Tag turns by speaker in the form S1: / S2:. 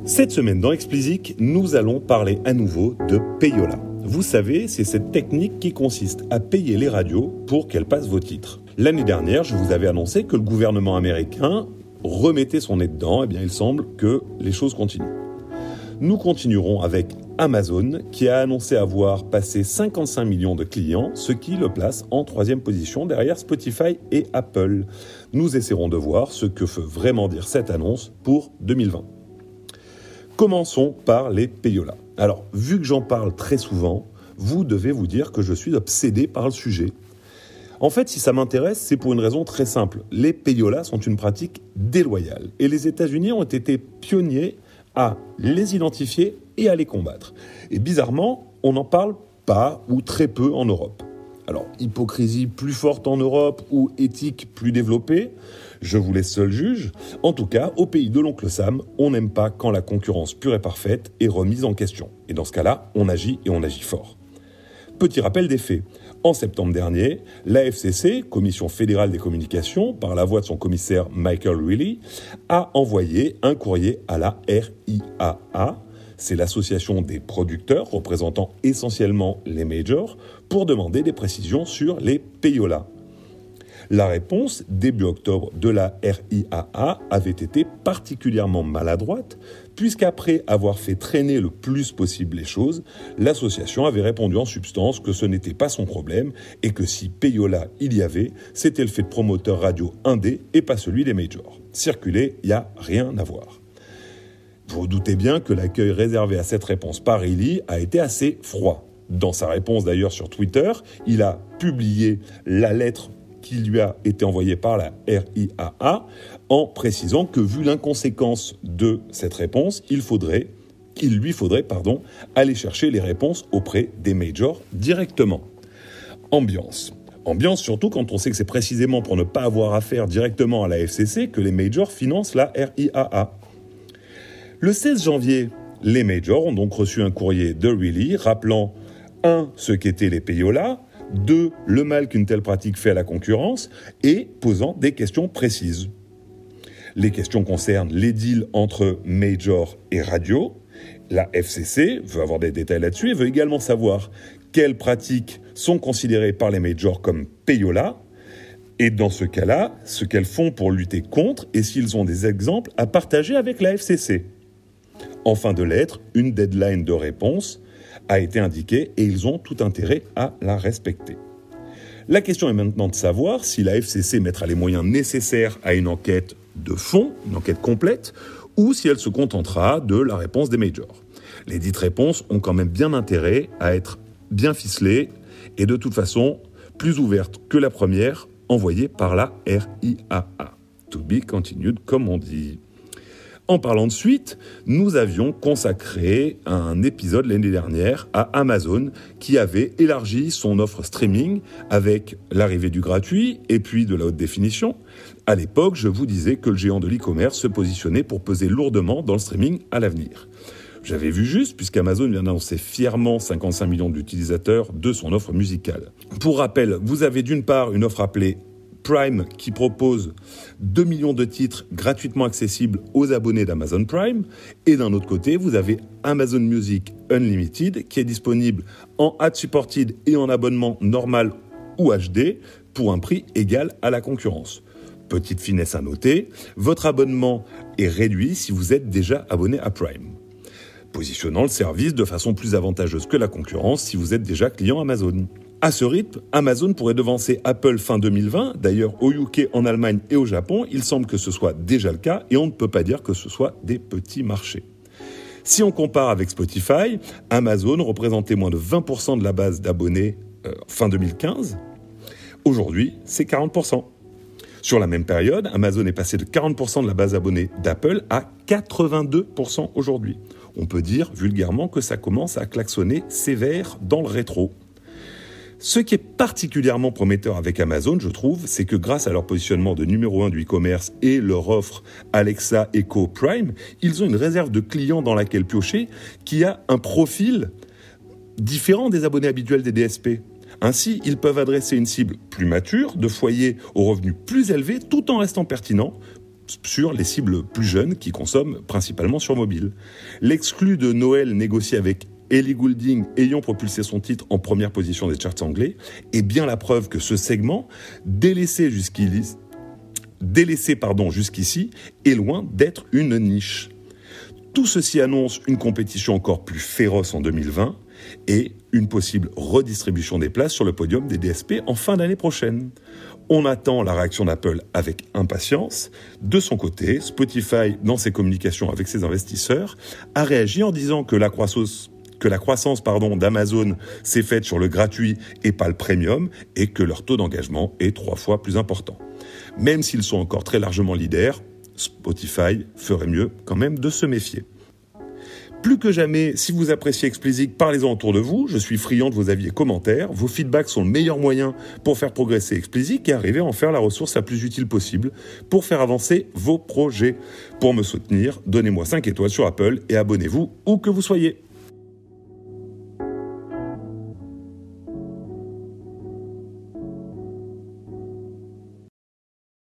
S1: Cette semaine dans Explicit, nous allons parler à nouveau de payola. Vous savez, c'est cette technique qui consiste à payer les radios pour qu'elles passent vos titres. L'année dernière, je vous avais annoncé que le gouvernement américain remettait son nez dedans. Eh bien, il semble que les choses continuent. Nous continuerons avec Amazon, qui a annoncé avoir passé 55 millions de clients, ce qui le place en 3e position derrière Spotify et Apple. Nous essaierons de voir ce que veut vraiment dire cette annonce pour 2020. Commençons par les payola. Alors, vu que j'en parle très souvent, vous devez vous dire que je suis obsédé par le sujet. En fait, si ça m'intéresse, c'est pour une raison très simple. Les payola sont une pratique déloyale et les États-Unis ont été pionniers à les identifier et à les combattre. Et bizarrement, on n'en parle pas ou très peu en Europe. Alors, hypocrisie plus forte en Europe ou éthique plus développée, je vous laisse seul juge. En tout cas, au pays de l'oncle Sam, on n'aime pas quand la concurrence pure et parfaite est remise en question. Et dans ce cas-là, on agit et on agit fort. Petit rappel des faits. En septembre dernier, la FCC, Commission fédérale des communications, par la voix de son commissaire Michael Reilly, a envoyé un courrier à la RIAA, c'est l'association des producteurs représentant essentiellement les majors, pour demander des précisions sur les payola. La réponse, début octobre, de la RIAA avait été particulièrement maladroite, puisqu'après avoir fait traîner le plus possible les choses, l'association avait répondu en substance que ce n'était pas son problème et que si payola il y avait, c'était le fait de promoteurs radio indés et pas celui des majors. Circuler, il n'y a rien à voir. Vous vous doutez bien que l'accueil réservé à cette réponse par Reilly a été assez froid. Dans sa réponse d'ailleurs sur Twitter, il a publié la lettre qui lui a été envoyée par la RIAA en précisant que vu l'inconséquence de cette réponse, il lui faudrait aller chercher les réponses auprès des majors directement. Ambiance surtout quand on sait que c'est précisément pour ne pas avoir affaire directement à la FCC que les majors financent la RIAA. Le 16 janvier, les majors ont donc reçu un courrier de Reilly rappelant 1. Ce qu'étaient les payola, 2. Le mal qu'une telle pratique fait à la concurrence et posant des questions précises. Les questions concernent les deals entre major et radio. La FCC veut avoir des détails là-dessus et veut également savoir quelles pratiques sont considérées par les majors comme payola et dans ce cas-là, ce qu'elles font pour lutter contre et s'ils ont des exemples à partager avec la FCC. En fin de lettre, une deadline de réponse a été indiquée et ils ont tout intérêt à la respecter. La question est maintenant de savoir si la FCC mettra les moyens nécessaires à une enquête de fond, une enquête complète, ou si elle se contentera de la réponse des majors. Les dites réponses ont quand même bien intérêt à être bien ficelées et de toute façon plus ouvertes que la première envoyée par la RIAA. To be continued, comme on dit. En parlant de suite, nous avions consacré un épisode l'année dernière à Amazon qui avait élargi son offre streaming avec l'arrivée du gratuit et puis de la haute définition. À l'époque, je vous disais que le géant de l'e-commerce se positionnait pour peser lourdement dans le streaming à l'avenir. J'avais vu juste, puisqu'Amazon vient d'annoncer fièrement 55 millions d'utilisateurs de son offre musicale. Pour rappel, vous avez d'une part une offre appelée Prime qui propose 2 millions de titres gratuitement accessibles aux abonnés d'Amazon Prime. Et d'un autre côté, vous avez Amazon Music Unlimited qui est disponible en ad-supported et en abonnement normal ou HD pour un prix égal à la concurrence. Petite finesse à noter, votre abonnement est réduit si vous êtes déjà abonné à Prime, positionnant le service de façon plus avantageuse que la concurrence si vous êtes déjà client Amazon. À ce rythme, Amazon pourrait devancer Apple fin 2020. D'ailleurs, au UK, en Allemagne et au Japon, il semble que ce soit déjà le cas et on ne peut pas dire que ce soit des petits marchés. Si on compare avec Spotify, Amazon représentait moins de 20% de la base d'abonnés fin 2015. Aujourd'hui, c'est 40%. Sur la même période, Amazon est passé de 40% de la base d'abonnés d'Apple à 82% aujourd'hui. On peut dire vulgairement que ça commence à klaxonner sévère dans le rétro. Ce qui est particulièrement prometteur avec Amazon, je trouve, c'est que grâce à leur positionnement de numéro 1 du e-commerce et leur offre Alexa Echo Prime, ils ont une réserve de clients dans laquelle piocher qui a un profil différent des abonnés habituels des DSP. Ainsi, ils peuvent adresser une cible plus mature, de foyers aux revenus plus élevés, tout en restant pertinents, sur les cibles plus jeunes qui consomment principalement sur mobile. L'exclu de Noël négocié avec Ellie Goulding ayant propulsé son titre en première position des charts anglais est bien la preuve que ce segment, délaissé jusqu'ici, est loin d'être une niche. Tout ceci annonce une compétition encore plus féroce en 2020 et une possible redistribution des places sur le podium des DSP en fin d'année prochaine. On attend la réaction d'Apple avec impatience. De son côté, Spotify, dans ses communications avec ses investisseurs, a réagi en disant que la croissance d'Amazon s'est faite sur le gratuit et pas le premium et que leur taux d'engagement est 3 fois plus important. Même s'ils sont encore très largement leaders, Spotify ferait mieux quand même de se méfier. Plus que jamais, si vous appréciez Explicit, parlez-en autour de vous. Je suis friand de vos avis et commentaires. Vos feedbacks sont le meilleur moyen pour faire progresser Explicit et arriver à en faire la ressource la plus utile possible pour faire avancer vos projets. Pour me soutenir, donnez-moi 5 étoiles sur Apple et abonnez-vous où que vous soyez.